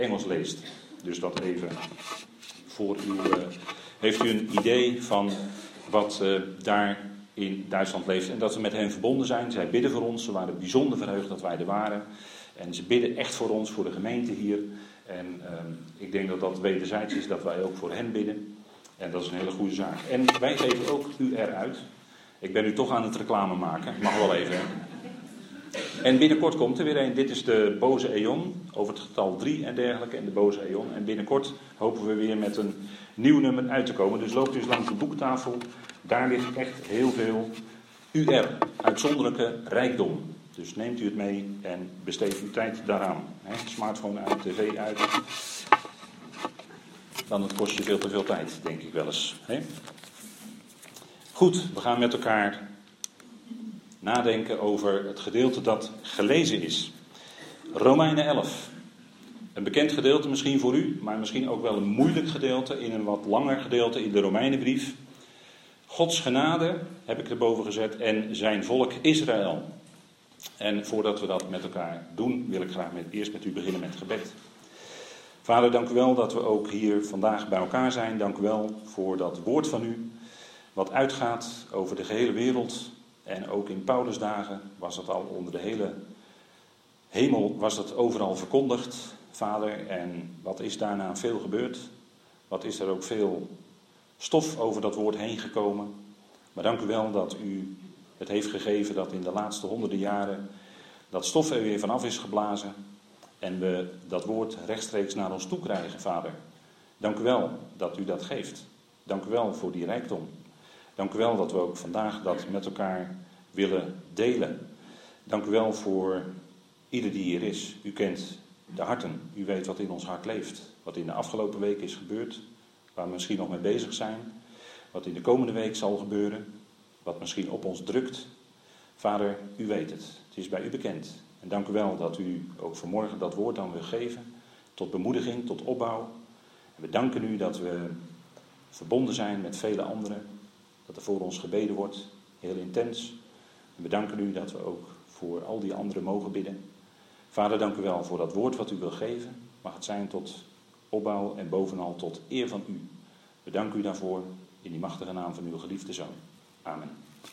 Engels leest. Dus dat even voor u. Heeft u een idee van wat daar in Duitsland leeft en dat we met hen verbonden zijn. Zij bidden voor ons. Ze waren bijzonder verheugd dat wij er waren. En ze bidden echt voor ons, voor de gemeente hier. En ik denk dat dat wederzijds is, dat wij ook voor hen bidden. En dat is een hele goede zaak. En wij geven ook u eruit. Ik ben u toch aan het reclame maken. Mag wel even. Hè? En binnenkort komt er weer een. Dit is de boze eon. Over het getal 3 en dergelijke. En de boze eon. En binnenkort hopen we weer met een nieuw nummer uit te komen. Dus loopt u eens langs de boektafel. Daar ligt echt heel veel UR. Uitzonderlijke rijkdom. Dus neemt u het mee en besteedt uw tijd daaraan. Smartphone uit, tv uit. Dan het kost je veel te veel tijd, denk ik wel eens. Goed, we gaan met elkaar nadenken over het gedeelte dat gelezen is. Romeinen 11. Een bekend gedeelte misschien voor u, maar misschien ook wel een moeilijk gedeelte in een wat langer gedeelte in de Romeinenbrief. Gods genade heb ik erboven gezet en zijn volk Israël. En voordat we dat met elkaar doen, wil ik graag eerst met u beginnen met gebed. Vader, dank u wel dat we ook hier vandaag bij elkaar zijn. Dank u wel voor dat woord van u, wat uitgaat over de gehele wereld. En ook in Paulusdagen was het al onder de hele hemel, was het overal verkondigd, Vader. En wat is daarna veel gebeurd? Wat is er ook veel stof over dat woord heen gekomen? Maar dank u wel dat u het heeft gegeven dat in de laatste honderden jaren dat stof er weer vanaf is geblazen. En we dat woord rechtstreeks naar ons toe krijgen, Vader. Dank u wel dat u dat geeft. Dank u wel voor die rijkdom. Dank u wel dat we ook vandaag dat met elkaar willen delen. Dank u wel voor ieder die hier is. U kent de harten. U weet wat in ons hart leeft. Wat in de afgelopen week is gebeurd. Waar we misschien nog mee bezig zijn. Wat in de komende week zal gebeuren. Wat misschien op ons drukt. Vader, u weet het. Het is bij u bekend. En dank u wel dat u ook vanmorgen dat woord dan wil geven. Tot bemoediging, tot opbouw. En we danken u dat we verbonden zijn met vele anderen. Dat er voor ons gebeden wordt. Heel intens. En we danken u dat we ook voor al die anderen mogen bidden. Vader, dank u wel voor dat woord wat u wil geven. Mag het zijn tot opbouw en bovenal tot eer van u. We danken u daarvoor in die machtige naam van uw geliefde Zoon. Amen.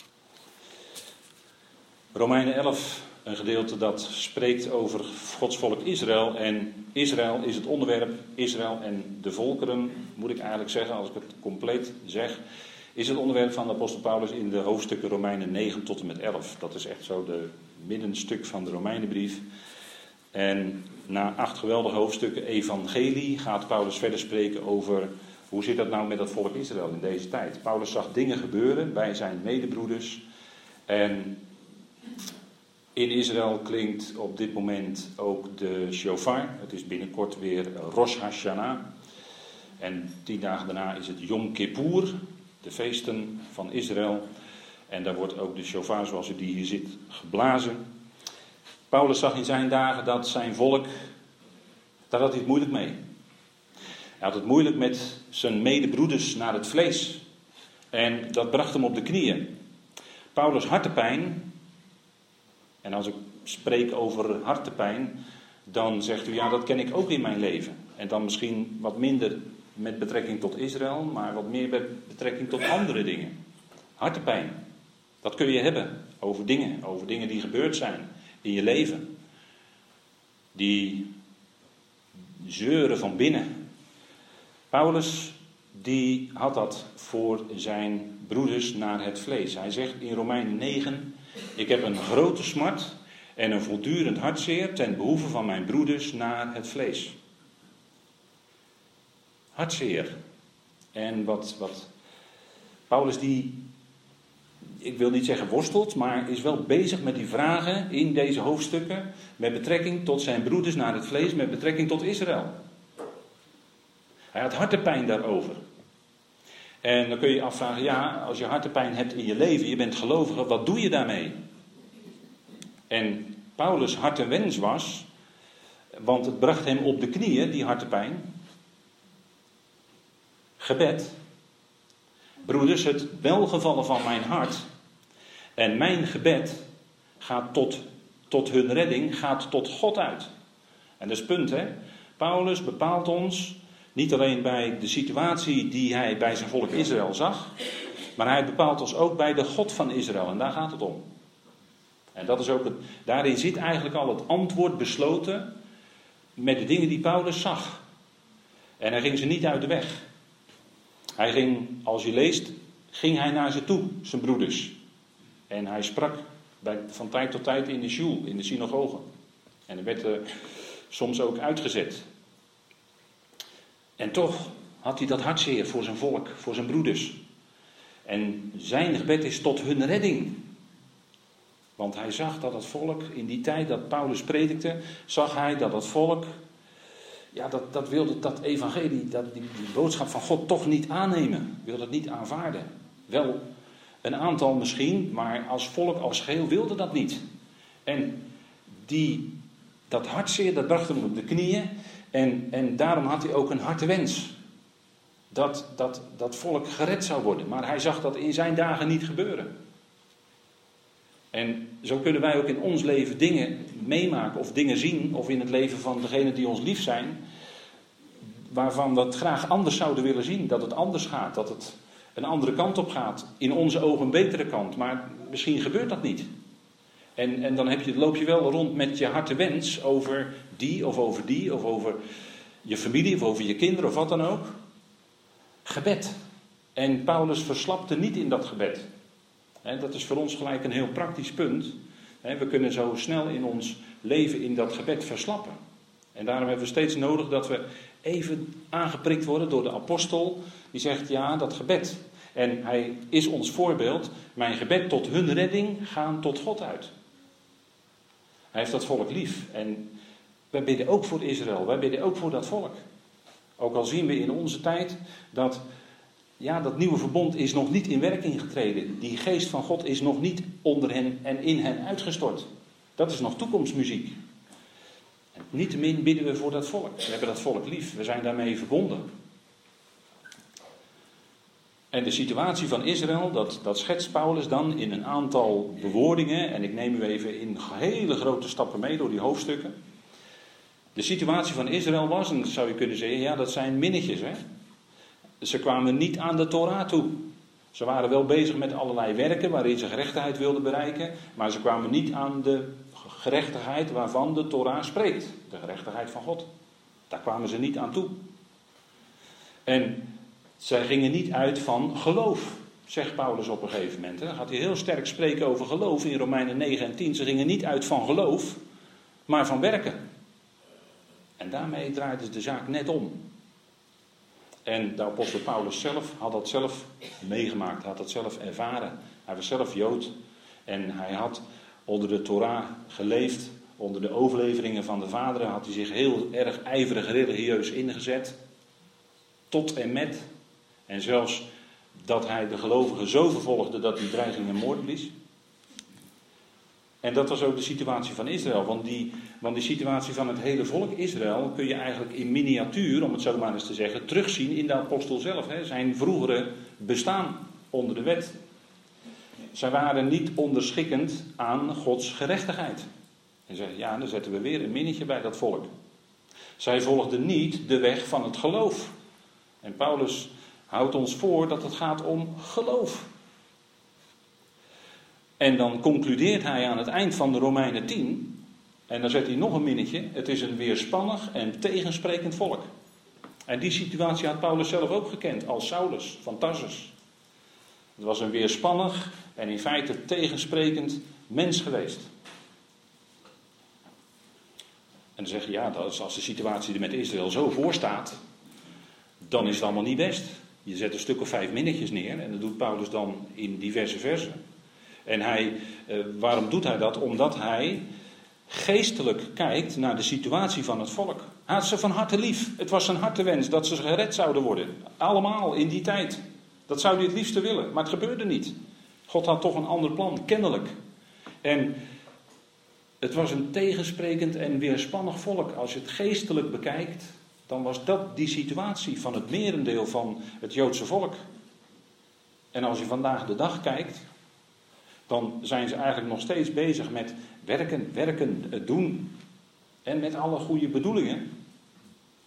Romeinen 11, een gedeelte dat spreekt over Gods volk Israël. En Israël is het onderwerp, Israël en de volkeren, moet ik eigenlijk zeggen, als ik het compleet zeg, is het onderwerp van de apostel Paulus in de hoofdstukken Romeinen 9 tot en met 11. Dat is echt zo de middenstuk van de Romeinenbrief. En na 8 geweldige hoofdstukken evangelie gaat Paulus verder spreken over hoe zit dat nou met dat volk Israël in deze tijd. Paulus zag dingen gebeuren bij zijn medebroeders. En in Israël klinkt op dit moment ook de shofar. Het is binnenkort weer Rosh Hashanah. En 10 dagen daarna is het Yom Kippur, de feesten van Israël. En daar wordt ook de shofar, zoals u die hier ziet, geblazen. Paulus zag in zijn dagen dat zijn volk, daar had hij het moeilijk mee. Hij had het moeilijk met zijn medebroeders naar het vlees. En dat bracht hem op de knieën. Paulus' hartepijn, en als ik spreek over hartepijn, dan zegt u, ja, dat ken ik ook in mijn leven. En dan misschien wat minder met betrekking tot Israël, maar wat meer met betrekking tot andere dingen. Hartepijn, dat kun je hebben over dingen die gebeurd zijn in je leven. Die zeuren van binnen. Paulus, die had dat voor zijn broeders naar het vlees. Hij zegt in Romeinen 9, ik heb een grote smart en een voortdurend hartzeer ten behoeve van mijn broeders naar het vlees. Hartzeer. En wat Paulus die, ik wil niet zeggen worstelt, maar is wel bezig met die vragen in deze hoofdstukken met betrekking tot zijn broeders naar het vlees, met betrekking tot Israël. Hij had hartepijn daarover. En dan kun je je afvragen, ja, als je hartepijn hebt in je leven, je bent gelovige, wat doe je daarmee? En Paulus' hart en wens was, want het bracht hem op de knieën, die hartepijn, gebed. Broeders, het welgevallen van mijn hart en mijn gebed gaat tot hun redding, gaat tot God uit. En dat is het punt, hè. Paulus bepaalt ons, niet alleen bij de situatie die hij bij zijn volk Israël zag, maar hij bepaalt ons ook bij de God van Israël. En daar gaat het om. En dat is ook daarin zit eigenlijk al het antwoord besloten met de dingen die Paulus zag. En hij ging ze niet uit de weg. Hij ging, als je leest, ging hij naar ze toe, zijn broeders. En hij sprak van tijd tot tijd in de sjoel, in de synagoge. En hij werd soms ook uitgezet. En toch had hij dat hartzeer voor zijn volk, voor zijn broeders. En zijn gebed is tot hun redding. Want hij zag dat het volk, in die tijd dat Paulus predikte, zag hij dat het volk, ja, dat wilde dat evangelie, die boodschap van God toch niet aannemen. Wilde het niet aanvaarden. Wel een aantal misschien, maar als volk als geheel wilde dat niet. En dat hartzeer, dat bracht hem op de knieën. En daarom had hij ook een hartewens. Dat volk gered zou worden. Maar hij zag dat in zijn dagen niet gebeuren. En zo kunnen wij ook in ons leven dingen meemaken of dingen zien, of in het leven van degenen die ons lief zijn, waarvan we het graag anders zouden willen zien. Dat het anders gaat, dat het een andere kant op gaat. In onze ogen een betere kant, maar misschien gebeurt dat niet. En dan loop je wel rond met je hartewens over die, of over je familie, of over je kinderen, of wat dan ook. Gebed. En Paulus verslapte niet in dat gebed. Dat is voor ons gelijk een heel praktisch punt. We kunnen zo snel in ons leven in dat gebed verslappen. En daarom hebben we steeds nodig dat we even aangeprikt worden door de apostel. Die zegt, ja, dat gebed. En hij is ons voorbeeld. Mijn gebed tot hun redding gaan tot God uit. Hij heeft dat volk lief. En wij bidden ook voor Israël. Wij bidden ook voor dat volk. Ook al zien we in onze tijd dat nieuwe verbond is nog niet in werking getreden. Die geest van God is nog niet onder hen en in hen uitgestort. Dat is nog toekomstmuziek. En niettemin bidden we voor dat volk. We hebben dat volk lief. We zijn daarmee verbonden. En de situatie van Israël, dat schetst Paulus dan in een aantal bewoordingen. En ik neem u even in hele grote stappen mee door die hoofdstukken. De situatie van Israël was, en dat zou je kunnen zeggen, ja, dat zijn minnetjes, hè. Ze kwamen niet aan de Torah toe. Ze waren wel bezig met allerlei werken waarin ze gerechtigheid wilden bereiken. Maar ze kwamen niet aan de gerechtigheid waarvan de Torah spreekt. De gerechtigheid van God. Daar kwamen ze niet aan toe. En zij gingen niet uit van geloof, zegt Paulus op een gegeven moment. Dan gaat hij heel sterk spreken over geloof in Romeinen 9 en 10. Ze gingen niet uit van geloof, maar van werken. En daarmee draaide de zaak net om. En de apostel Paulus zelf had dat zelf meegemaakt, had dat zelf ervaren. Hij was zelf Jood en hij had onder de Torah geleefd. Onder de overleveringen van de vaderen had hij zich heel erg ijverig religieus ingezet. Tot en met. En zelfs dat hij de gelovigen zo vervolgde dat hij dreiging en moord blies. En dat was ook de situatie van Israël. Want die situatie van het hele volk Israël kun je eigenlijk in miniatuur, om het zo maar eens te zeggen, terugzien in de apostel zelf. Zijn vroegere bestaan onder de wet. Zij waren niet onderschikkend aan Gods gerechtigheid. En zeggen, ja, dan zetten we weer een minnetje bij dat volk. Zij volgden niet de weg van het geloof. En Paulus houdt ons voor dat het gaat om geloof. En dan concludeert hij aan het eind van de Romeinen 10. En dan zet hij nog een minnetje. Het is een weerspannig en tegensprekend volk. En die situatie had Paulus zelf ook gekend als Saulus van Tarsus. Het was een weerspannig en in feite tegensprekend mens geweest. En dan zeg je, ja, als de situatie er met Israël zo voor staat, dan is het allemaal niet best. Je zet een stuk of 5 minnetjes neer en dat doet Paulus dan in diverse versen. En waarom doet hij dat? Omdat hij geestelijk kijkt naar de situatie van het volk. Hij had ze van harte lief. Het was zijn hartewens dat ze gered zouden worden. Allemaal in die tijd. Dat zou hij het liefste willen, maar het gebeurde niet. God had toch een ander plan, kennelijk. En het was een tegensprekend en weerspannig volk. Als je het geestelijk bekijkt, dan was dat die situatie van het merendeel van het Joodse volk. En als je vandaag de dag kijkt, dan zijn ze eigenlijk nog steeds bezig met werken, het doen. En met alle goede bedoelingen.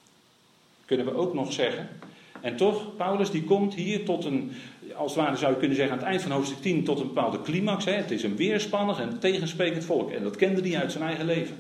kunnen we ook nog zeggen. En toch, Paulus die komt hier tot een, als het ware zou je kunnen zeggen aan het eind van hoofdstuk 10, tot een bepaalde climax. Hè. Het is een weerspannig en tegensprekend volk. En dat kende hij uit zijn eigen leven.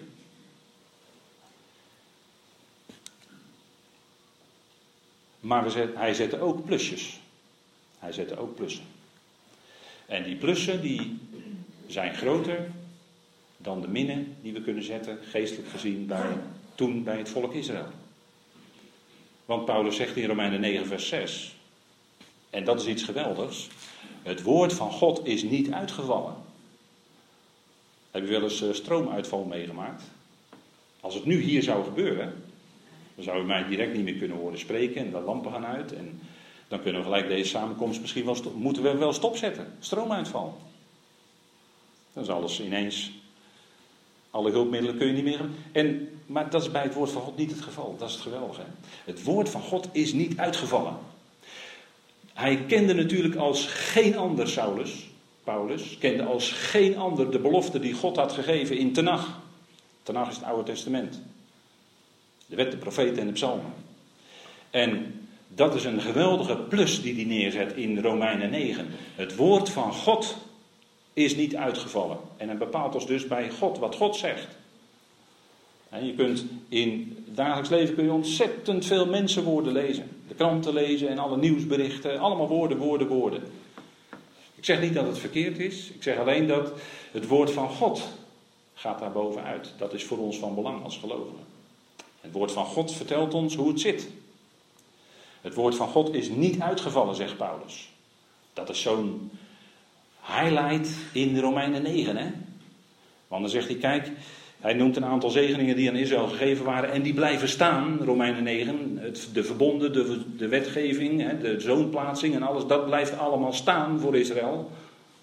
Maar hij zette ook plusjes. Hij zette ook plussen. En die plussen die zijn groter dan de minnen die we kunnen zetten, geestelijk gezien, toen bij het volk Israël. Want Paulus zegt in Romeinen 9 vers 6, en dat is iets geweldigs, het woord van God is niet uitgevallen. Heb je wel eens stroomuitval meegemaakt? Als het nu hier zou gebeuren, dan zou u mij direct niet meer kunnen horen spreken en de lampen gaan uit. En dan kunnen we gelijk deze samenkomst misschien wel moeten we wel stopzetten. Stroomuitval. Dan is alles ineens, alle hulpmiddelen kun je niet meer. Maar dat is bij het woord van God niet het geval. Dat is het geweldige. Het woord van God is niet uitgevallen. Hij kende natuurlijk als geen ander Paulus, kende als geen ander de belofte die God had gegeven in Tenach. Tenach is het Oude Testament. De wet, de profeten en de psalmen. En dat is een geweldige plus die hij neerzet in Romeinen 9. Het woord van God is niet uitgevallen. En het bepaalt ons dus bij God, wat God zegt. En je kunt in het dagelijks leven kun je ontzettend veel mensenwoorden lezen. De kranten lezen en alle nieuwsberichten. Allemaal woorden. Ik zeg niet dat het verkeerd is. Ik zeg alleen dat het woord van God gaat daar bovenuit. Dat is voor ons van belang als gelovigen. Het woord van God vertelt ons hoe het zit. Het woord van God is niet uitgevallen, zegt Paulus. Dat is zo'n highlight in Romeinen 9. Hè? Want dan zegt hij, kijk, hij noemt een aantal zegeningen die aan Israël gegeven waren. En die blijven staan, Romeinen 9. De verbonden, de wetgeving, hè, de zoonplaatsing en alles. Dat blijft allemaal staan voor Israël.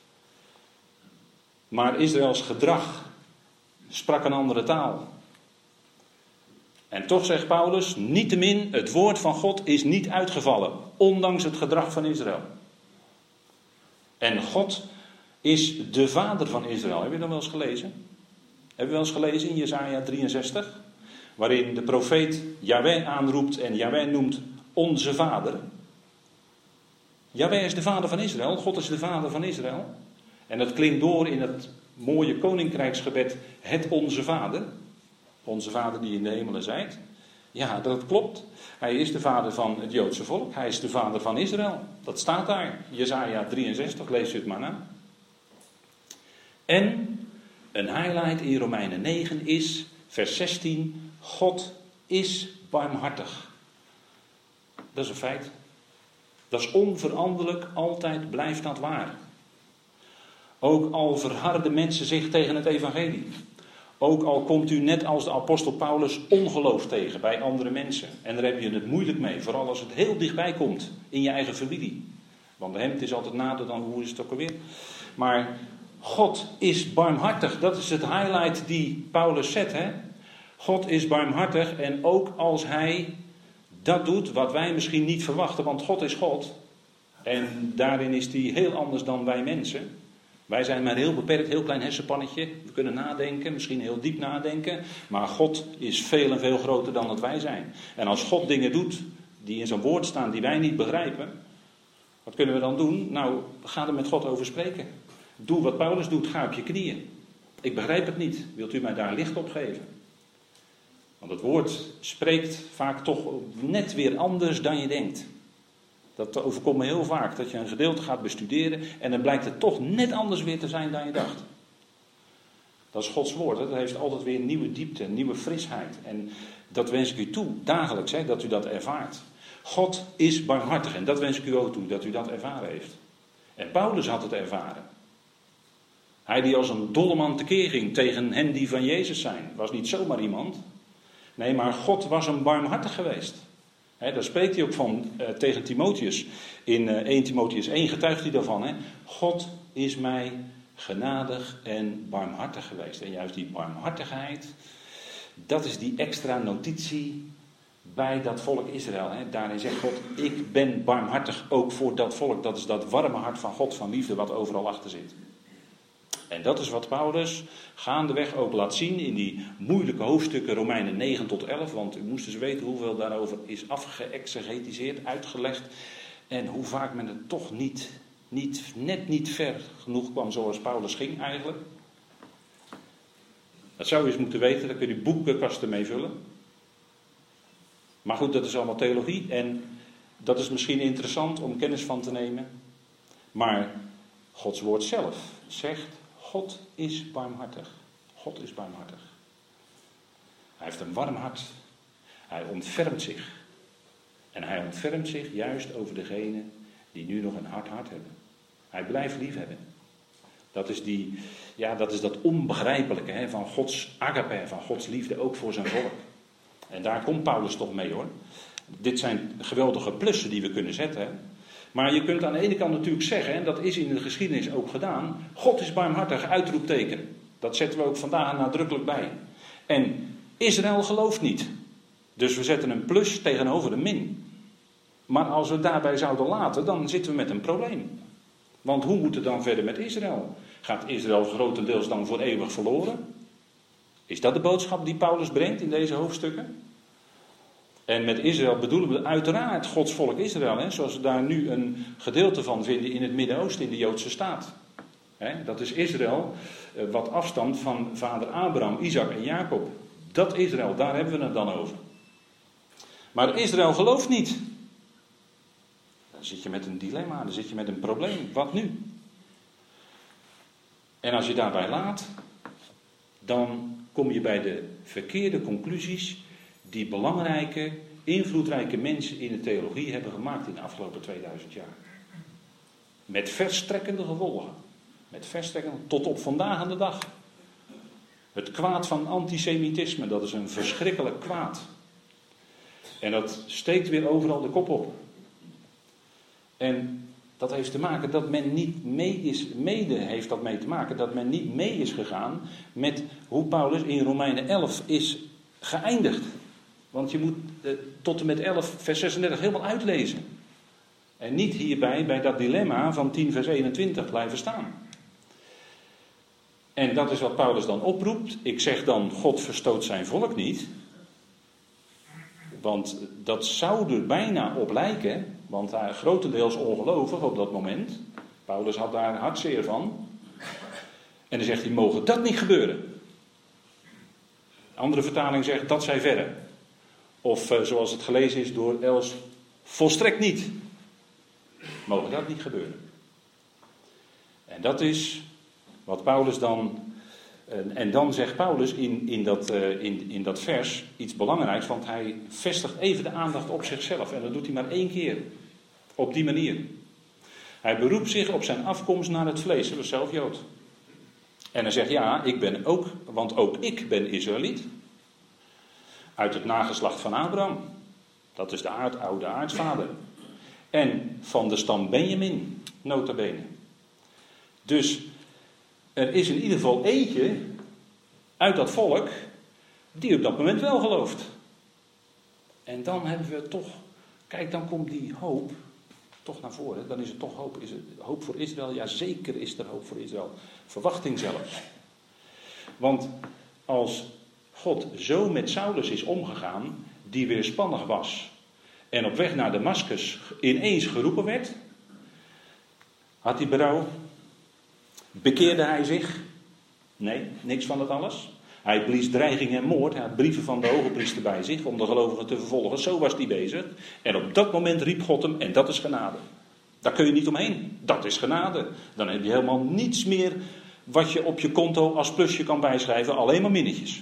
Maar Israëls gedrag sprak een andere taal. En toch zegt Paulus, niettemin, het woord van God is niet uitgevallen. Ondanks het gedrag van Israël. En God is de vader van Israël. Heb je dat wel eens gelezen? Heb je wel eens gelezen in Jesaja 63? Waarin de profeet Jahweh aanroept en Jahweh noemt onze vader. Jahweh is de vader van Israël. God is de vader van Israël. En dat klinkt door in het mooie koninkrijksgebed, het onze vader. Onze vader die in de hemelen zijt. Ja, dat klopt. Hij is de vader van het Joodse volk. Hij is de vader van Israël. Dat staat daar. Jesaja 63, lees u het maar na. En een highlight in Romeinen 9 is, vers 16, God is barmhartig. Dat is een feit. Dat is onveranderlijk, altijd blijft dat waar. Ook al verharden mensen zich tegen het evangelie. Ook al komt u net als de apostel Paulus ongeloof tegen bij andere mensen. En daar heb je het moeilijk mee. Vooral als het heel dichtbij komt in je eigen familie. Want bij hem het is altijd nader dan hoe is het ook alweer. Maar God is barmhartig. Dat is het highlight die Paulus zet. Hè? God is barmhartig. En ook als hij dat doet wat wij misschien niet verwachten. Want God is God. En daarin is hij heel anders dan wij mensen. Wij zijn maar heel beperkt, heel klein hersenpannetje. We kunnen nadenken, misschien heel diep nadenken. Maar God is veel en veel groter dan dat wij zijn. En als God dingen doet die in zijn woord staan die wij niet begrijpen. Wat kunnen we dan doen? Nou, ga er met God over spreken. Doe wat Paulus doet, ga op je knieën. Ik begrijp het niet. Wilt u mij daar licht op geven? Want het woord spreekt vaak toch net weer anders dan je denkt. Dat overkomt me heel vaak, dat je een gedeelte gaat bestuderen en dan blijkt het toch net anders weer te zijn dan je dacht. Dat is Gods woord, dat heeft altijd weer nieuwe diepte, nieuwe frisheid. En dat wens ik u toe, dagelijks, hè, dat u dat ervaart. God is barmhartig en dat wens ik u ook toe, dat u dat ervaren heeft. En Paulus had het ervaren. Hij die als een dolleman tekeer ging tegen hen die van Jezus zijn, was niet zomaar iemand. Nee, maar God was hem barmhartig geweest. Daar spreekt hij ook van tegen Timotheus. In 1 Timotheus 1 getuigt hij daarvan. Hè? God is mij genadig en barmhartig geweest. En juist die barmhartigheid, dat is die extra notitie bij dat volk Israël. Hè? Daarin zegt God, ik ben barmhartig ook voor dat volk. Dat is dat warme hart van God, van liefde, wat overal achter zit. En dat is wat Paulus gaandeweg ook laat zien in die moeilijke hoofdstukken Romeinen 9 tot 11. Want u moest dus weten hoeveel daarover is afgeëxegetiseerd, uitgelegd. En hoe vaak men het toch net niet ver genoeg kwam zoals Paulus ging eigenlijk. Dat zou je eens moeten weten, daar kun je boekenkasten mee vullen. Maar goed, dat is allemaal theologie en dat is misschien interessant om kennis van te nemen. Maar Gods woord zelf zegt, God is barmhartig. God is barmhartig. Hij heeft een warm hart. Hij ontfermt zich. En hij ontfermt zich juist over degenen die nu nog een hard hart hebben. Hij blijft liefhebben. Dat is dat onbegrijpelijke van Gods agape, van Gods liefde ook voor zijn volk. En daar komt Paulus toch mee hoor. Dit zijn geweldige plussen die we kunnen zetten. Maar je kunt aan de ene kant natuurlijk zeggen, en dat is in de geschiedenis ook gedaan, God is barmhartig, uitroepteken. Dat zetten we ook vandaag nadrukkelijk bij. En Israël gelooft niet. Dus we zetten een plus tegenover een min. Maar als we het daarbij zouden laten, dan zitten we met een probleem. Want hoe moet het dan verder met Israël? Gaat Israël grotendeels dan voor eeuwig verloren? Is dat de boodschap die Paulus brengt in deze hoofdstukken? En met Israël bedoelen we uiteraard Gods volk Israël. Zoals we daar nu een gedeelte van vinden in het Midden-Oosten, in de Joodse staat. Dat is Israël wat afstamt van vader Abraham, Isaac en Jacob. Dat Israël, daar hebben we het dan over. Maar Israël gelooft niet. Dan zit je met een dilemma, dan zit je met een probleem. Wat nu? En als je daarbij laat, dan kom je bij de verkeerde conclusies die belangrijke, invloedrijke mensen in de theologie hebben gemaakt in de afgelopen 2000 jaar. Met verstrekkende gevolgen. Tot op vandaag aan de dag. Het kwaad van antisemitisme, dat is een verschrikkelijk kwaad. En dat steekt weer overal de kop op. En dat heeft te maken dat men niet heeft dat mee te maken dat men niet mee is gegaan met hoe Paulus in Romeinen 11 is geëindigd. Want je moet tot en met 11 vers 36 helemaal uitlezen. En niet hierbij bij dat dilemma van 10 vers 21 blijven staan. En dat is wat Paulus dan oproept. Ik zeg dan, God verstoot zijn volk niet. Want dat zou er bijna op lijken. Want hij grotendeels ongelovig op dat moment. Paulus had daar hartzeer van. En dan zegt hij, mogen dat niet gebeuren. Een andere vertaling zegt, dat zij verre. Of zoals het gelezen is door Els, volstrekt niet. Mogen dat niet gebeuren. En dat is wat Paulus dan... En dan zegt Paulus in dat vers iets belangrijks, want hij vestigt even de aandacht op zichzelf. En dat doet hij maar 1 keer. Op die manier. Hij beroept zich op zijn afkomst naar het vlees. Hij was zelf Jood. En hij zegt, ja, ik ben ook, want ook ik ben Israëliet. Uit het nageslacht van Abraham. Dat is de oude aartsvader. En van de stam Benjamin, nota bene. Dus er is in ieder geval eentje uit dat volk die op dat moment wel gelooft. En dan hebben we toch, kijk, dan komt die hoop toch naar voren. Dan is het toch hoop. Is het hoop voor Israël? Ja, zeker is er hoop voor Israël. Verwachting zelfs. Want als God zo met Saulus is omgegaan, die weerspannig was en op weg naar Damascus ineens geroepen werd, had hij berouw? Bekeerde hij zich? Nee, niks van dat alles. Hij blies dreiging en moord. Hij had brieven van de hoge priester bij zich om de gelovigen te vervolgen. Zo was hij bezig. En op dat moment riep God hem en dat is genade. Daar kun je niet omheen. Dat is genade. Dan heb je helemaal niets meer wat je op je konto als plusje kan bijschrijven. Alleen maar minnetjes.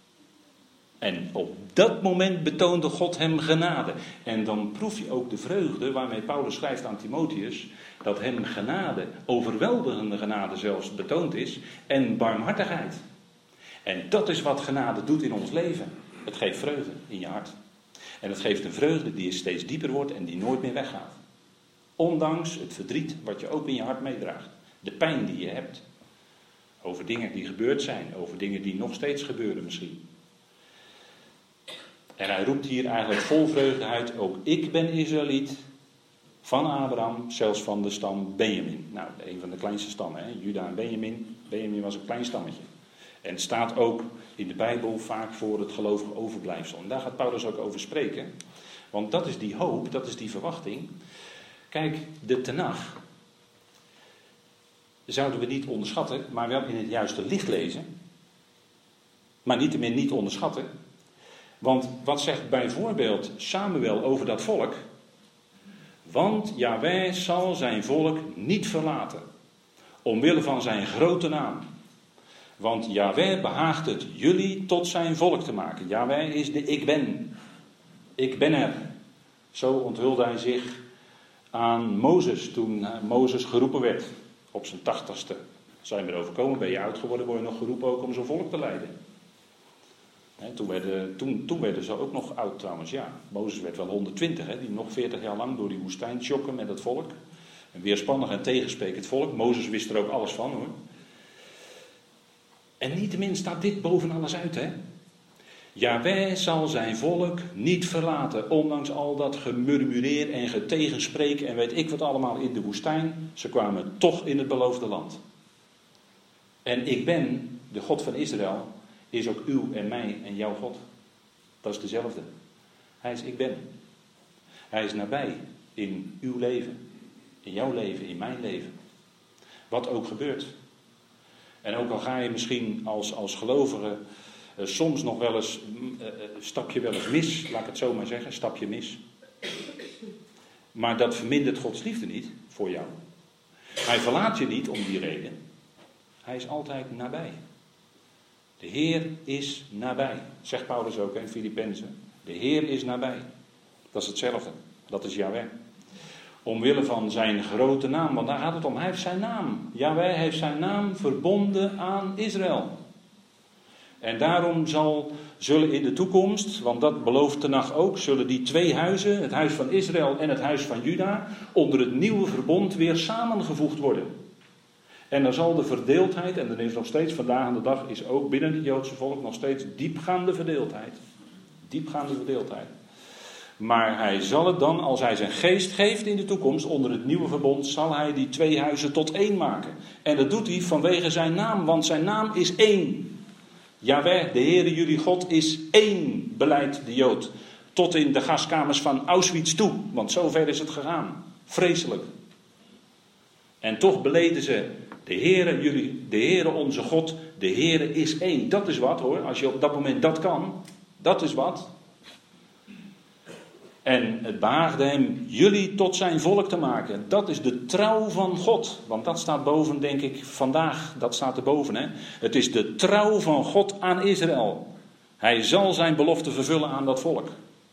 En op dat moment betoonde God hem genade. En dan proef je ook de vreugde waarmee Paulus schrijft aan Timotheus, dat hem genade, overweldigende genade zelfs, betoond is. En barmhartigheid. En dat is wat genade doet in ons leven. Het geeft vreugde in je hart. En het geeft een vreugde die steeds dieper wordt en die nooit meer weggaat. Ondanks het verdriet wat je ook in je hart meedraagt. De pijn die je hebt. Over dingen die gebeurd zijn. Over dingen die nog steeds gebeuren misschien. En hij roept hier eigenlijk vol vreugde uit, ook ik ben Israëliet, van Abraham, zelfs van de stam Benjamin. Nou, een van de kleinste stammen, Juda en Benjamin. Benjamin was een klein stammetje. En het staat ook in de Bijbel vaak voor het gelovige overblijfsel. En daar gaat Paulus ook over spreken. Want dat is die hoop, dat is die verwachting. Kijk, de Tenach zouden we niet onderschatten, maar wel in het juiste licht lezen. Maar niettemin niet onderschatten. Want wat zegt bijvoorbeeld Samuel over dat volk? Want Jahweh zal zijn volk niet verlaten, omwille van zijn grote naam. Want Jahweh behaagt het jullie tot zijn volk te maken. Jahweh is de ik ben. Ik ben er. Zo onthulde hij zich aan Mozes toen Mozes geroepen werd. Op zijn 80ste. Zijn we erover komen, ben je oud geworden, word je nog geroepen ook om zo'n volk te leiden. Toen werden ze ook nog oud trouwens, ja. Mozes werd wel 120, die nog 40 jaar lang door die woestijn chokken met het volk. En weerspannig en tegensprekend volk. Mozes wist er ook alles van, hoor. En niettemin staat dit boven alles uit, hè. Jahweh zal zijn volk niet verlaten, ondanks al dat gemurmureer en getegenspreek en weet ik wat allemaal in de woestijn. Ze kwamen toch in het beloofde land. En ik ben, de God van Israël, is ook uw en mij en jouw God. Dat is dezelfde. Hij is ik ben. Hij is nabij in uw leven, in jouw leven, in mijn leven. Wat ook gebeurt. En ook al ga je misschien als gelovige soms nog wel eens, stap je wel eens mis, laat ik het zo maar zeggen, stap je mis. Maar dat vermindert Gods liefde niet voor jou. Hij verlaat je niet om die reden. Hij is altijd nabij. De Heer is nabij, zegt Paulus ook in Filippenzen. De Heer is nabij. Dat is hetzelfde, dat is Jahweh. Omwille van zijn grote naam, want daar gaat het om. Hij heeft zijn naam. Jahweh heeft zijn naam verbonden aan Israël. En daarom zullen in de toekomst, want dat belooft Tenach ook, zullen die twee huizen, het huis van Israël en het huis van Juda, onder het nieuwe verbond weer samengevoegd worden. En dan zal de verdeeldheid, en er is nog steeds vandaag aan de dag, is ook binnen het Joodse volk nog steeds diepgaande verdeeldheid. Diepgaande verdeeldheid. Maar hij zal het dan, als hij zijn geest geeft in de toekomst, onder het nieuwe verbond, zal hij die twee huizen tot één maken. En dat doet hij vanwege zijn naam, want zijn naam is één. Jahweh, de Heere jullie God, is één, beleidt de Jood. Tot in de gaskamers van Auschwitz toe, want zover is het gegaan. Vreselijk. En toch beleden ze, de Heere onze God, de Heere is één. Dat is wat hoor, als je op dat moment dat kan, dat is wat. En het behaagde hem jullie tot zijn volk te maken. Dat is de trouw van God. Want dat staat boven, denk ik, vandaag. Dat staat erboven. Hè? Het is de trouw van God aan Israël. Hij zal zijn belofte vervullen aan dat volk.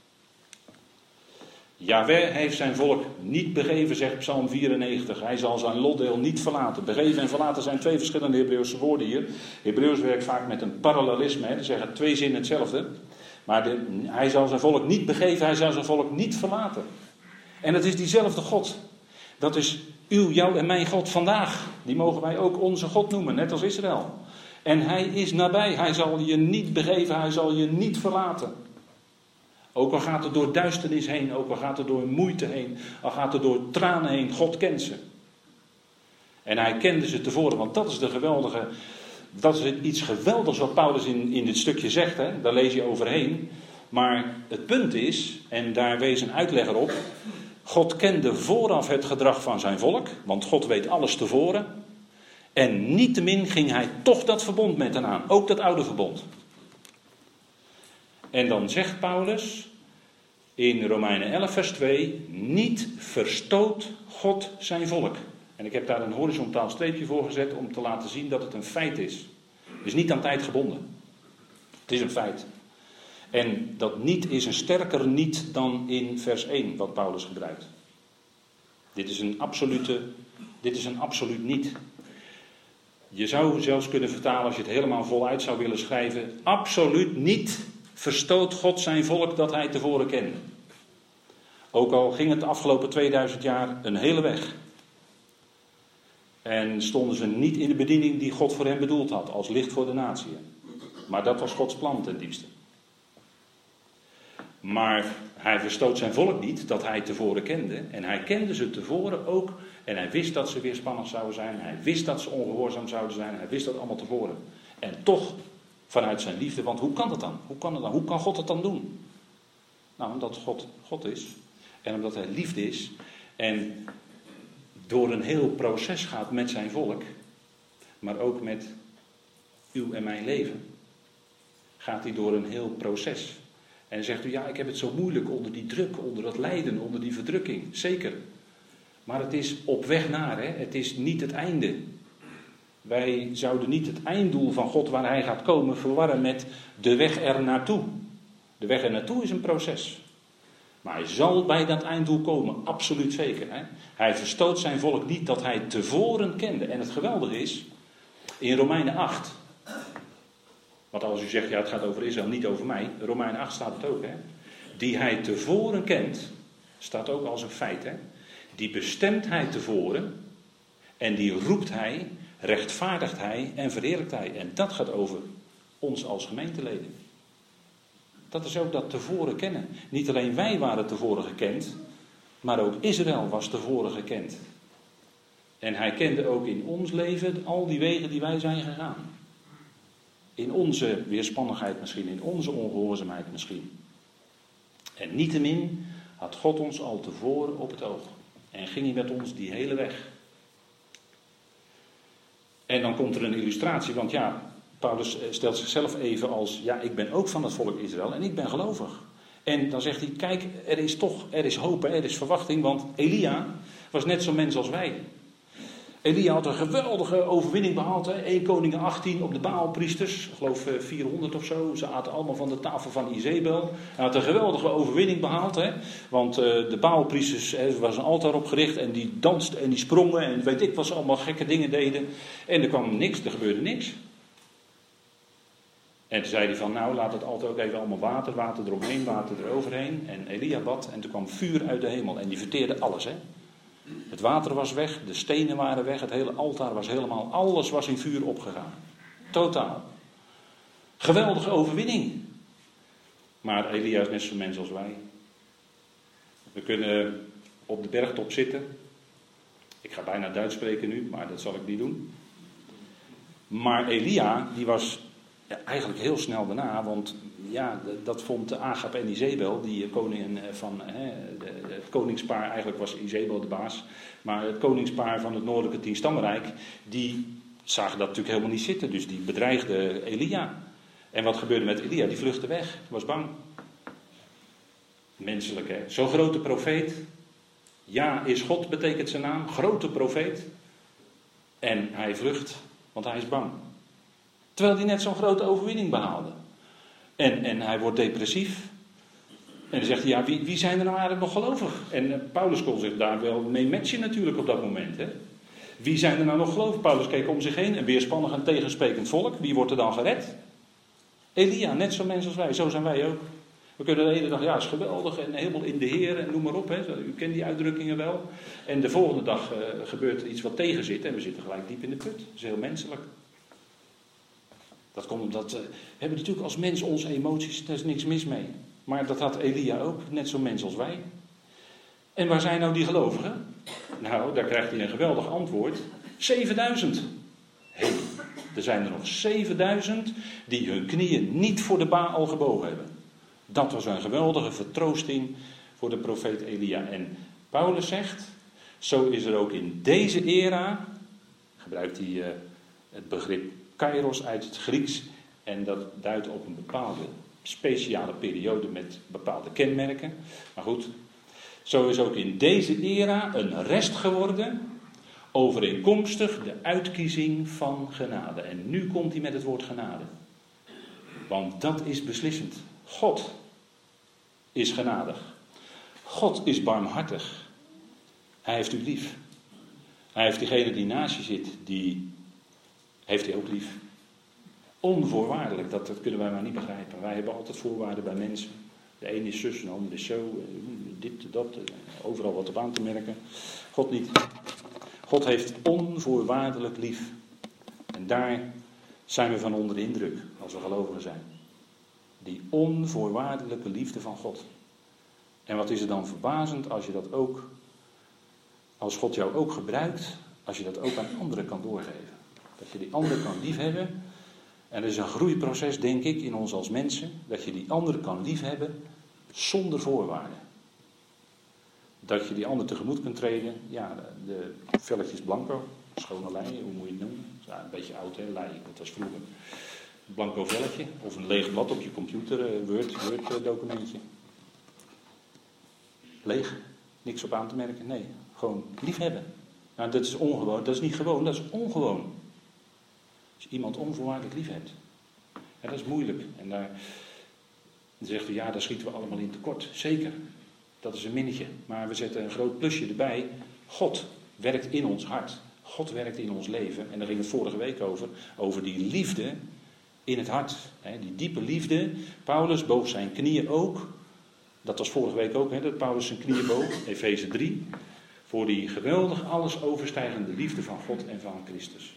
Jahweh heeft zijn volk niet begeven, zegt Psalm 94. Hij zal zijn lotdeel niet verlaten. Begeven en verlaten zijn twee verschillende Hebreeuwse woorden hier. Hebreeuws werkt vaak met een parallelisme. Hè? Ze zeggen twee zinnen hetzelfde. Maar hij zal zijn volk niet begeven, hij zal zijn volk niet verlaten. En het is diezelfde God. Dat is jouw en mijn God vandaag. Die mogen wij ook onze God noemen, net als Israël. En hij is nabij, hij zal je niet begeven, hij zal je niet verlaten. Ook al gaat het door duisternis heen, ook al gaat het door moeite heen, al gaat het door tranen heen, God kent ze. En hij kende ze tevoren, want dat is de geweldige... Dat is iets geweldigs wat Paulus in dit stukje zegt. Hè? Daar lees je overheen. Maar het punt is, en daar wees een uitlegger op. God kende vooraf het gedrag van zijn volk. Want God weet alles tevoren. En niettemin ging hij toch dat verbond met hen aan. Ook dat oude verbond. En dan zegt Paulus in Romeinen 11 vers 2. Niet verstoot God zijn volk. En ik heb daar een horizontaal streepje voor gezet om te laten zien dat het een feit is. Het is niet aan tijd gebonden. Het is een feit. En dat niet is een sterker niet dan in vers 1 wat Paulus gebruikt. Dit is een absoluut niet. Je zou zelfs kunnen vertalen als je het helemaal voluit zou willen schrijven. Absoluut niet verstoot God zijn volk dat hij tevoren kende. Ook al ging het de afgelopen 2000 jaar een hele weg. En stonden ze niet in de bediening die God voor hen bedoeld had, als licht voor de natie. Maar dat was Gods plan ten diepste. Maar hij verstoot zijn volk niet dat hij tevoren kende. En hij kende ze tevoren ook. En hij wist dat ze weerspannig zouden zijn. Hij wist dat ze ongehoorzaam zouden zijn. Hij wist dat allemaal tevoren. En toch vanuit zijn liefde. Want hoe kan dat dan? Hoe kan God het dan doen? Nou, omdat God is. En omdat hij liefde is. En door een heel proces gaat met zijn volk. Maar ook met uw en mijn leven. Gaat hij door een heel proces. En zegt u, ja, ik heb het zo moeilijk onder die druk, onder dat lijden, onder die verdrukking. Zeker. Maar het is op weg naar, hè? Het is niet het einde. Wij zouden niet het einddoel van God waar hij gaat komen verwarren met de weg er naartoe. De weg er naartoe is een proces. Maar hij zal bij dat einddoel komen, absoluut zeker. Hè? Hij verstoot zijn volk niet dat hij tevoren kende. En het geweldige is, in Romeinen 8... Want als u zegt, ja, het gaat over Israël, niet over mij. Romeinen 8 staat het ook, hè. Die hij tevoren kent, staat ook als een feit, hè. Die bestemt hij tevoren. En die roept hij, rechtvaardigt hij en verheerlijkt hij. En dat gaat over ons als gemeenteleden. Dat is ook dat tevoren kennen. Niet alleen wij waren tevoren gekend, maar ook Israël was tevoren gekend. En hij kende ook in ons leven al die wegen die wij zijn gegaan. In onze weerspannigheid misschien, in onze ongehoorzaamheid misschien. En niettemin had God ons al tevoren op het oog. En ging hij met ons die hele weg. En dan komt er een illustratie, want ja, Paulus stelt zichzelf even als, ja, ik ben ook van het volk Israël en ik ben gelovig. En dan zegt hij, kijk, er is hoop, er is verwachting, want Elia was net zo'n mens als wij. Elia had een geweldige overwinning behaald. 1 Koningen 18 op de Baalpriesters. Ik geloof 400 of zo. Ze aten allemaal van de tafel van Izebel. Hij had een geweldige overwinning behaald. Hè? Want de Baalpriesters, er was een altaar opgericht. En die dansten en die sprongen. En weet ik wat ze allemaal gekke dingen deden. En er kwam niks. Er gebeurde niks. En toen zei hij van, nou laat het altaar ook even allemaal water. Water eromheen, water eroverheen. En Elia bad. En toen kwam vuur uit de hemel. En die verteerde alles, hè. Het water was weg, de stenen waren weg, het hele altaar was helemaal, alles was in vuur opgegaan. Totaal. Geweldige overwinning. Maar Elia is net zo'n mens als wij. We kunnen op de bergtop zitten. Ik ga bijna Duits spreken nu, maar dat zal ik niet doen. Maar Elia, die was eigenlijk heel snel daarna, want ja, dat vond Agab en Izebel, die koningen van het koningspaar, eigenlijk was Izebel de baas, maar het koningspaar van het noordelijke 10-stammenrijk, die zagen dat natuurlijk helemaal niet zitten, dus die bedreigden Elia. En wat gebeurde met Elia? Die vluchtte weg, was bang. Menselijk, hè? Zo'n grote profeet. Ja, is God, betekent zijn naam. Grote profeet. En hij vlucht, want hij is bang. Terwijl hij net zo'n grote overwinning behaalde. En hij wordt depressief. En dan zegt hij, ja, wie zijn er nou eigenlijk nog gelovig? En Paulus kon zich daar wel mee matchen natuurlijk op dat moment. Hè? Wie zijn er nou nog gelovig? Paulus keek om zich heen. Een weerspannig en tegensprekend volk. Wie wordt er dan gered? Elia, net zo'n mens als wij. Zo zijn wij ook. We kunnen de ene dag, ja, is geweldig en helemaal in de Heer en noem maar op. Hè. U kent die uitdrukkingen wel. En de volgende dag gebeurt er iets wat tegen zit en we zitten gelijk diep in de put. Dat is heel menselijk. Dat komt omdat we hebben natuurlijk als mens onze emoties, daar is niks mis mee. Maar dat had Elia ook, net zo'n mens als wij. En waar zijn nou die gelovigen? Nou, daar krijgt hij een geweldig antwoord. 7000. Hé, er zijn er nog 7000 die hun knieën niet voor de Baal gebogen hebben. Dat was een geweldige vertroosting voor de profeet Elia. En Paulus zegt, zo is er ook in deze era, gebruikt hij het begrip kairos uit het Grieks. En dat duidt op een bepaalde speciale periode met bepaalde kenmerken. Maar goed, zo is ook in deze era een rest geworden, overeenkomstig de uitkiezing van genade. En nu komt hij met het woord genade. Want dat is beslissend. God is genadig. God is barmhartig. Hij heeft u lief. Hij heeft diegene die naast je zit, die heeft hij ook lief. Onvoorwaardelijk, dat kunnen wij maar niet begrijpen. Wij hebben altijd voorwaarden bij mensen. De ene is zus, de ander is zo, dit, dat, overal wat op aan te merken. God niet. God heeft onvoorwaardelijk lief. En daar zijn we van onder de indruk, als we gelovigen zijn. Die onvoorwaardelijke liefde van God. En wat is er dan verbazend als je dat ook, als God jou ook gebruikt, als je dat ook aan anderen kan doorgeven. Dat je die ander kan liefhebben. En er is een groeiproces, denk ik, in ons als mensen. Dat je die ander kan liefhebben zonder voorwaarden. Dat je die ander tegemoet kunt treden. Ja, de velletjes blanco, schone lei, hoe moet je het noemen? Ja, een beetje oud, hè, lei, dat was vroeger. Een blanco velletje, of een leeg blad op je computer, Word documentje. Leeg, niks op aan te merken, nee, gewoon liefhebben. Nou, dat is ongewoon, dat is niet gewoon, dat is ongewoon. Als je iemand onvoorwaardelijk lief hebt. Ja, dat is moeilijk. En dan zegt u, ja, daar schieten we allemaal in tekort. Zeker, dat is een minnetje. Maar we zetten een groot plusje erbij. God werkt in ons hart. God werkt in ons leven. En daar ging het vorige week over die liefde in het hart. Die diepe liefde. Paulus boog zijn knieën ook. Dat was vorige week ook, dat Paulus zijn knieën boog. Efeze 3. Voor die geweldig alles overstijgende liefde van God en van Christus.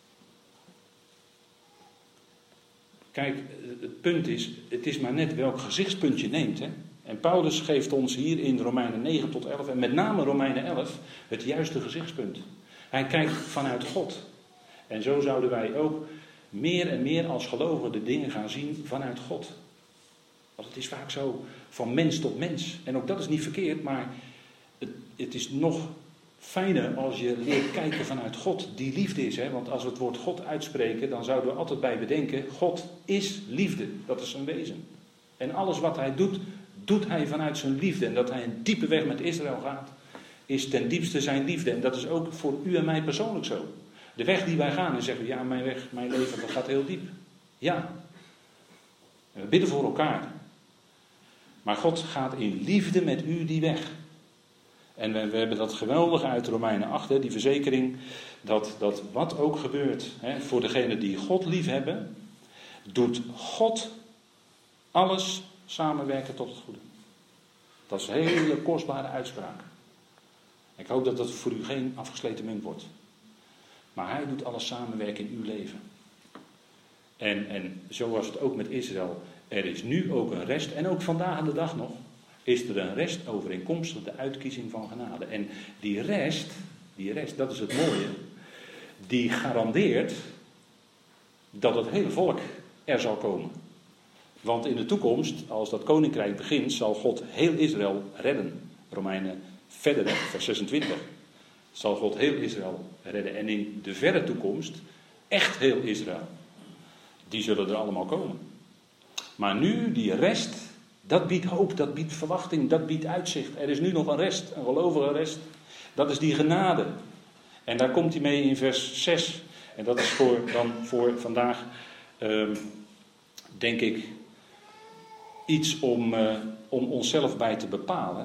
Kijk, het punt is, het is maar net welk gezichtspunt je neemt. Hè? En Paulus geeft ons hier in Romeinen 9 tot 11, en met name Romeinen 11, het juiste gezichtspunt. Hij kijkt vanuit God. En zo zouden wij ook meer en meer als gelovigen de dingen gaan zien vanuit God. Want het is vaak zo van mens tot mens. En ook dat is niet verkeerd, maar het is nog fijner als je leert kijken vanuit God die liefde is. Hè? Want als we het woord God uitspreken, dan zouden we altijd bij bedenken, God is liefde. Dat is zijn wezen. En alles wat hij doet, doet hij vanuit zijn liefde. En dat hij een diepe weg met Israël gaat, is ten diepste zijn liefde. En dat is ook voor u en mij persoonlijk zo. De weg die wij gaan, en zeggen we, ja, mijn weg, mijn leven, dat gaat heel diep. Ja. En we bidden voor elkaar. Maar God gaat in liefde met u die weg. En we hebben dat geweldige uit Romeinen 8, die verzekering, dat wat ook gebeurt, voor degenen die God lief hebben, doet God alles samenwerken tot het goede. Dat is een hele kostbare uitspraak. Ik hoop dat dat voor u geen afgesleten munt wordt. Maar hij doet alles samenwerken in uw leven. En zo was het ook met Israël. Er is nu ook een rest, en ook vandaag aan de dag nog, is er een rest overeenkomstig de uitkiezing van genade. En die rest, dat is het mooie, die garandeert dat het hele volk er zal komen. Want in de toekomst, als dat koninkrijk begint, zal God heel Israël redden. Romeinen verder, vers 26. Zal God heel Israël redden. En in de verre toekomst, echt heel Israël. Die zullen er allemaal komen. Maar nu, die rest, dat biedt hoop, dat biedt verwachting, dat biedt uitzicht. Er is nu nog een rest, een gelovige rest. Dat is die genade. En daar komt hij mee in vers 6. En dat is voor vandaag, denk ik, iets om onszelf bij te bepalen.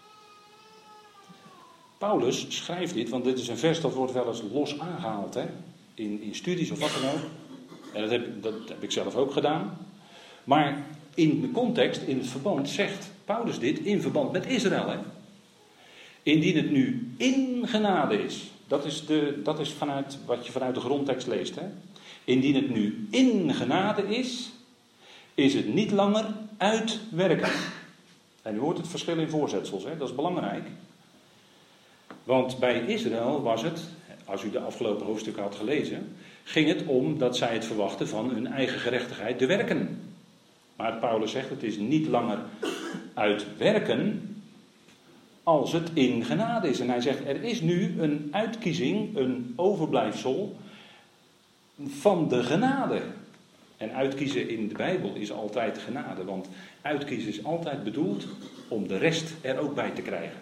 Paulus schrijft dit, want dit is een vers dat wordt wel eens los aangehaald, hè? In studies of wat dan ook. En dat heb ik zelf ook gedaan. Maar in de context, in het verband, zegt Paulus dit in verband met Israël. Hè? Indien het nu in genade is. Dat is vanuit wat je vanuit de grondtekst leest. Hè? Indien het nu in genade is het niet langer uit werken. En u hoort het verschil in voorzetsels. Hè? Dat is belangrijk. Want bij Israël was het, als u de afgelopen hoofdstukken had gelezen, ging het om dat zij het verwachten van hun eigen gerechtigheid te werken. Maar Paulus zegt, het is niet langer uit werken als het in genade is. En hij zegt, er is nu een uitkiezing, een overblijfsel van de genade. En uitkiezen in de Bijbel is altijd genade. Want uitkiezen is altijd bedoeld om de rest er ook bij te krijgen.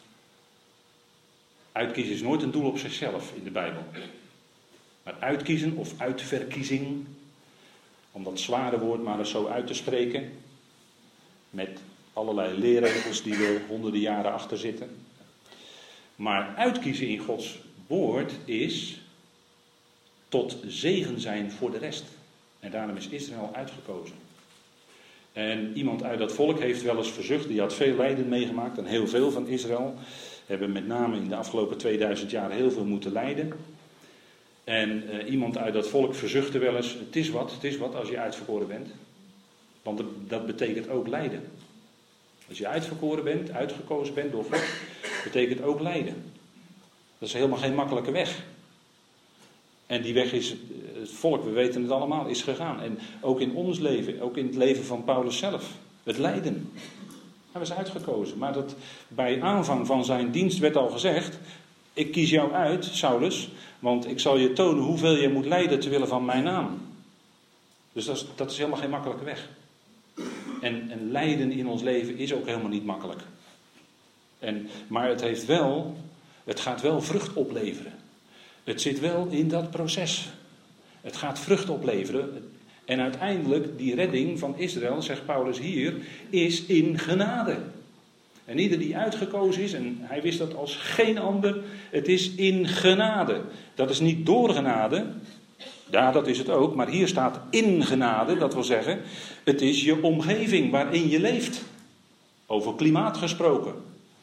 Uitkiezen is nooit een doel op zichzelf in de Bijbel. Maar uitkiezen of uitverkiezing, om dat zware woord maar eens zo uit te spreken, met allerlei leerregels die er honderden jaren achter zitten. Maar uitkiezen in Gods woord is tot zegen zijn voor de rest. En daarom is Israël uitgekozen. En iemand uit dat volk heeft wel eens verzucht, die had veel lijden meegemaakt, en heel veel van Israël hebben met name in de afgelopen 2000 jaar heel veel moeten lijden. En iemand uit dat volk verzuchtte wel eens, het is wat als je uitverkoren bent. Want dat betekent ook lijden. Als je uitverkoren bent, uitgekozen bent door God, betekent ook lijden. Dat is helemaal geen makkelijke weg. En die weg is, het volk, we weten het allemaal, is gegaan. En ook in ons leven, ook in het leven van Paulus zelf. Het lijden. Hij was uitgekozen. Maar dat, bij aanvang van zijn dienst werd al gezegd, ik kies jou uit, Saulus, want ik zal je tonen hoeveel je moet lijden ter wille van mijn naam. Dus dat is helemaal geen makkelijke weg. En lijden in ons leven is ook helemaal niet makkelijk. Maar het gaat wel vrucht opleveren. Het zit wel in dat proces. Het gaat vrucht opleveren. En uiteindelijk, die redding van Israël, zegt Paulus hier, is in genade. En ieder die uitgekozen is, en hij wist dat als geen ander, het is in genade. Dat is niet door genade, ja dat is het ook, maar hier staat in genade, dat wil zeggen, het is je omgeving waarin je leeft. Over klimaat gesproken.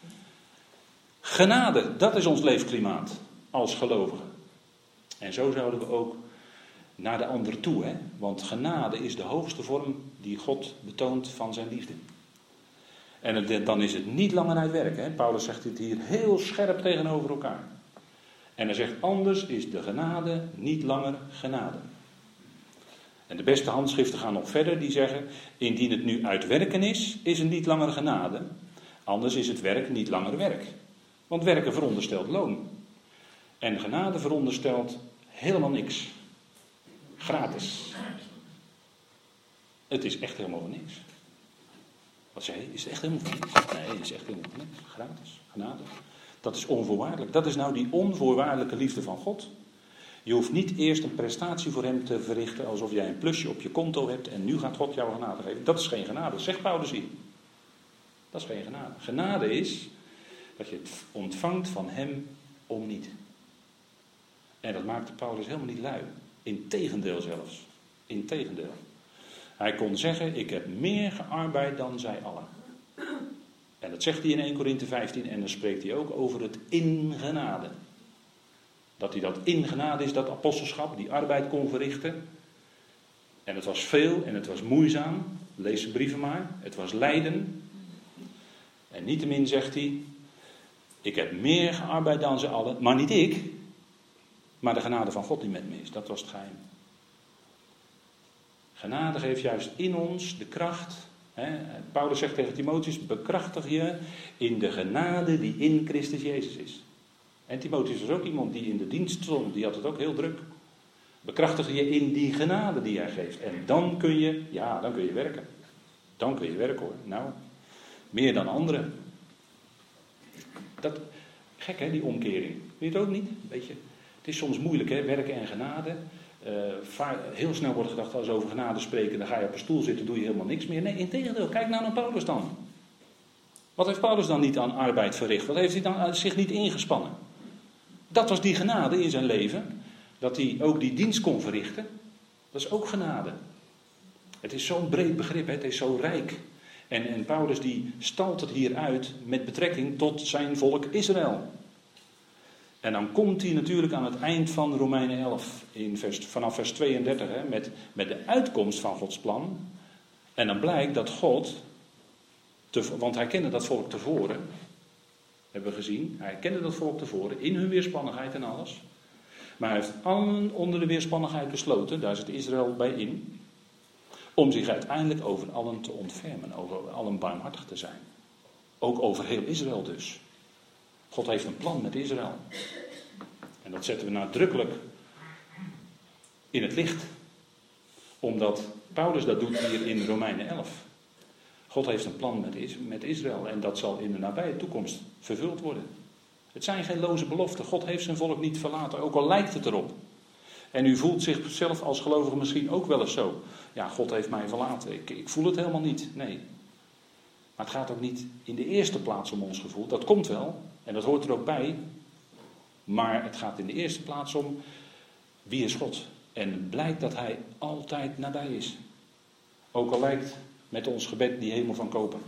Genade, dat is ons leefklimaat als gelovigen. En zo zouden we ook naar de ander toe, hè? Want genade is de hoogste vorm die God betoont van zijn liefde. En dan is het niet langer uit werk. Hè? Paulus zegt dit hier heel scherp tegenover elkaar. En hij zegt, anders is de genade niet langer genade. En de beste handschriften gaan nog verder, die zeggen, indien het nu uit werken is het niet langer genade. Anders is het werk niet langer werk. Want werken veronderstelt loon. En genade veronderstelt helemaal niks. Gratis. Het is echt helemaal voor niks. Wat zei je? Is het echt helemaal voor niks? Nee, het is echt helemaal voor niks. Gratis. Genade. Dat is onvoorwaardelijk. Dat is nou die onvoorwaardelijke liefde van God. Je hoeft niet eerst een prestatie voor hem te verrichten alsof jij een plusje op je konto hebt en nu gaat God jou genade geven. Dat is geen genade, zegt Paulus hier. Dat is geen genade. Genade is dat je het ontvangt van hem om niet. En dat maakte Paulus helemaal niet lui. Integendeel zelfs. Integendeel. Hij kon zeggen, ik heb meer gearbeid dan zij allen. En dat zegt hij in 1 Korinthe 15 en dan spreekt hij ook over het in genade. Dat hij dat in genade is, dat apostelschap, die arbeid kon verrichten. En het was veel en het was moeizaam. Lees de brieven maar. Het was lijden. En niettemin zegt hij, ik heb meer gearbeid dan ze allen, maar niet ik. Maar de genade van God die met me is. Dat was het geheim. Genade geeft juist in ons de kracht. Hè? Paulus zegt tegen Timotheus, bekrachtig je in de genade die in Christus Jezus is. En Timotheus was ook iemand die in de dienst stond. Die had het ook heel druk. Bekrachtig je in die genade die hij geeft. En dan kun je werken. Dan kun je werken hoor. Nou, meer dan anderen. Dat, gek hè, die omkering. Vind je het ook niet? Beetje. Het is soms moeilijk hè, werken en genade. Heel snel wordt gedacht, als we over genade spreken, dan ga je op een stoel zitten, doe je helemaal niks meer. Nee, integendeel, kijk nou naar Paulus dan. Wat heeft Paulus dan niet aan arbeid verricht? Wat heeft hij dan zich niet ingespannen? Dat was die genade in zijn leven. Dat hij ook die dienst kon verrichten. Dat is ook genade. Het is zo'n breed begrip, hè? Het is zo rijk. En Paulus die stalt het hier uit met betrekking tot zijn volk Israël. En dan komt hij natuurlijk aan het eind van Romeinen 11, vanaf vers 32, hè, met de uitkomst van Gods plan. En dan blijkt dat God, want hij kende dat volk tevoren, hebben we gezien, hij kende dat volk tevoren, in hun weerspannigheid en alles. Maar hij heeft allen onder de weerspannigheid besloten, daar zit Israël bij in, om zich uiteindelijk over allen te ontfermen, over allen barmhartig te zijn. Ook over heel Israël dus. God heeft een plan met Israël. En dat zetten we nadrukkelijk in het licht. Omdat Paulus dat doet hier in Romeinen 11. God heeft een plan met Israël. En dat zal in de nabije toekomst vervuld worden. Het zijn geen loze beloften. God heeft zijn volk niet verlaten. Ook al lijkt het erop. En u voelt zichzelf als gelovige misschien ook wel eens zo. Ja, God heeft mij verlaten. Ik voel het helemaal niet. Nee. Maar het gaat ook niet in de eerste plaats om ons gevoel. Dat komt wel. En dat hoort er ook bij. Maar het gaat in de eerste plaats om wie is God. En het blijkt dat hij altijd nabij is. Ook al lijkt met ons gebed die hemel van koper.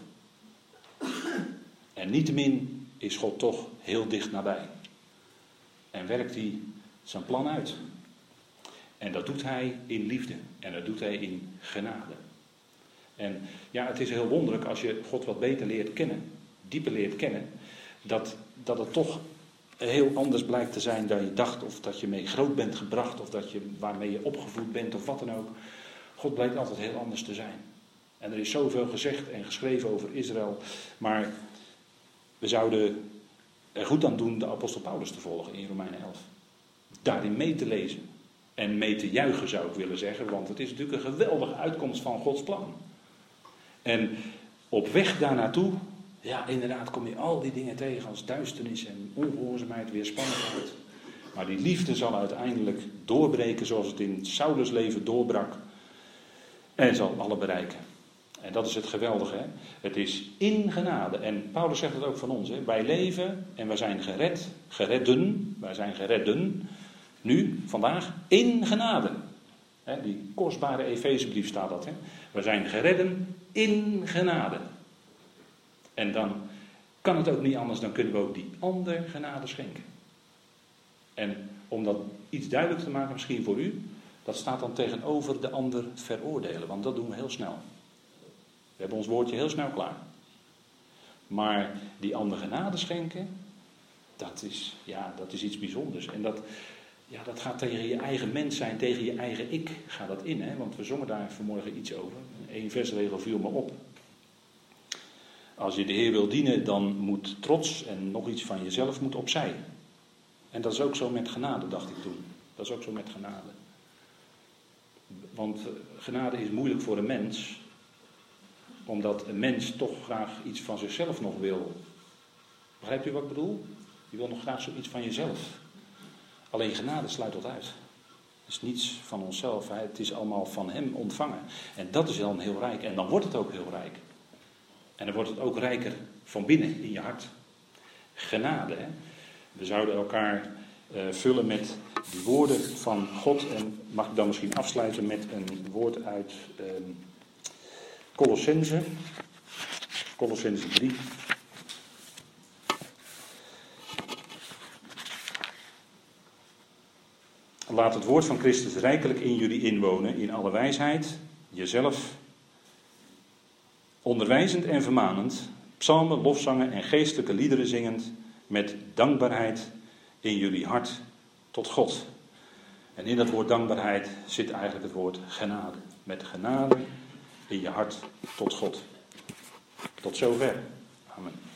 En niettemin is God toch heel dicht nabij. En werkt hij zijn plan uit. En dat doet hij in liefde. En dat doet hij in genade. En ja, het is heel wonderlijk als je God wat beter leert kennen, dieper leert kennen, dat het toch heel anders blijkt te zijn dan je dacht, of dat je mee groot bent gebracht, of waarmee je opgevoed bent, of wat dan ook. God blijkt altijd heel anders te zijn. En er is zoveel gezegd en geschreven over Israël, maar we zouden er goed aan doen de apostel Paulus te volgen in Romeinen 11. Daarin mee te lezen en mee te juichen, zou ik willen zeggen, want het is natuurlijk een geweldige uitkomst van Gods plan. En op weg daar naartoe, ja, inderdaad kom je al die dingen tegen als duisternis en ongehoorzaamheid, weerspannigheid. Maar die liefde zal uiteindelijk doorbreken zoals het in Saulus leven doorbrak. En zal alle bereiken. En dat is het geweldige. Hè? Het is in genade. En Paulus zegt het ook van ons. Hè? Wij leven en wij zijn geredden. Wij zijn geredden. Nu, vandaag, in genade. Hè? Die kostbare Efezebrief staat dat. Hè? Wij zijn geredden in genade. En dan kan het ook niet anders, dan kunnen we ook die ander genade schenken. En om dat iets duidelijk te maken, misschien voor u, dat staat dan tegenover de ander veroordelen, want dat doen we heel snel. We hebben ons woordje heel snel klaar. Maar die ander genade schenken, dat is iets bijzonders. En dat gaat tegen je eigen mens zijn, tegen je eigen ik gaat dat in. Hè? Want we zongen daar vanmorgen iets over. Eén versregel viel me op. Als je de Heer wil dienen, dan moet trots en nog iets van jezelf moet opzij. En dat is ook zo met genade, dacht ik toen. Dat is ook zo met genade. Want genade is moeilijk voor een mens, omdat een mens toch graag iets van zichzelf nog wil. Begrijpt u wat ik bedoel? Je wil nog graag zoiets van jezelf. Alleen genade sluit dat uit. Het is niets van onszelf, het is allemaal van hem ontvangen. En dat is dan heel rijk. En dan wordt het ook heel rijk. En dan wordt het ook rijker van binnen in je hart. Genade, hè? We zouden elkaar vullen met die woorden van God. En mag ik dan misschien afsluiten met een woord uit Colossenzen. Colossenzen 3. Laat het woord van Christus rijkelijk in jullie inwonen, in alle wijsheid, jezelf onderwijzend en vermanend, psalmen, lofzangen en geestelijke liederen zingend, met dankbaarheid in jullie hart tot God. En in dat woord dankbaarheid zit eigenlijk het woord genade. Met genade in je hart tot God. Tot zover. Amen.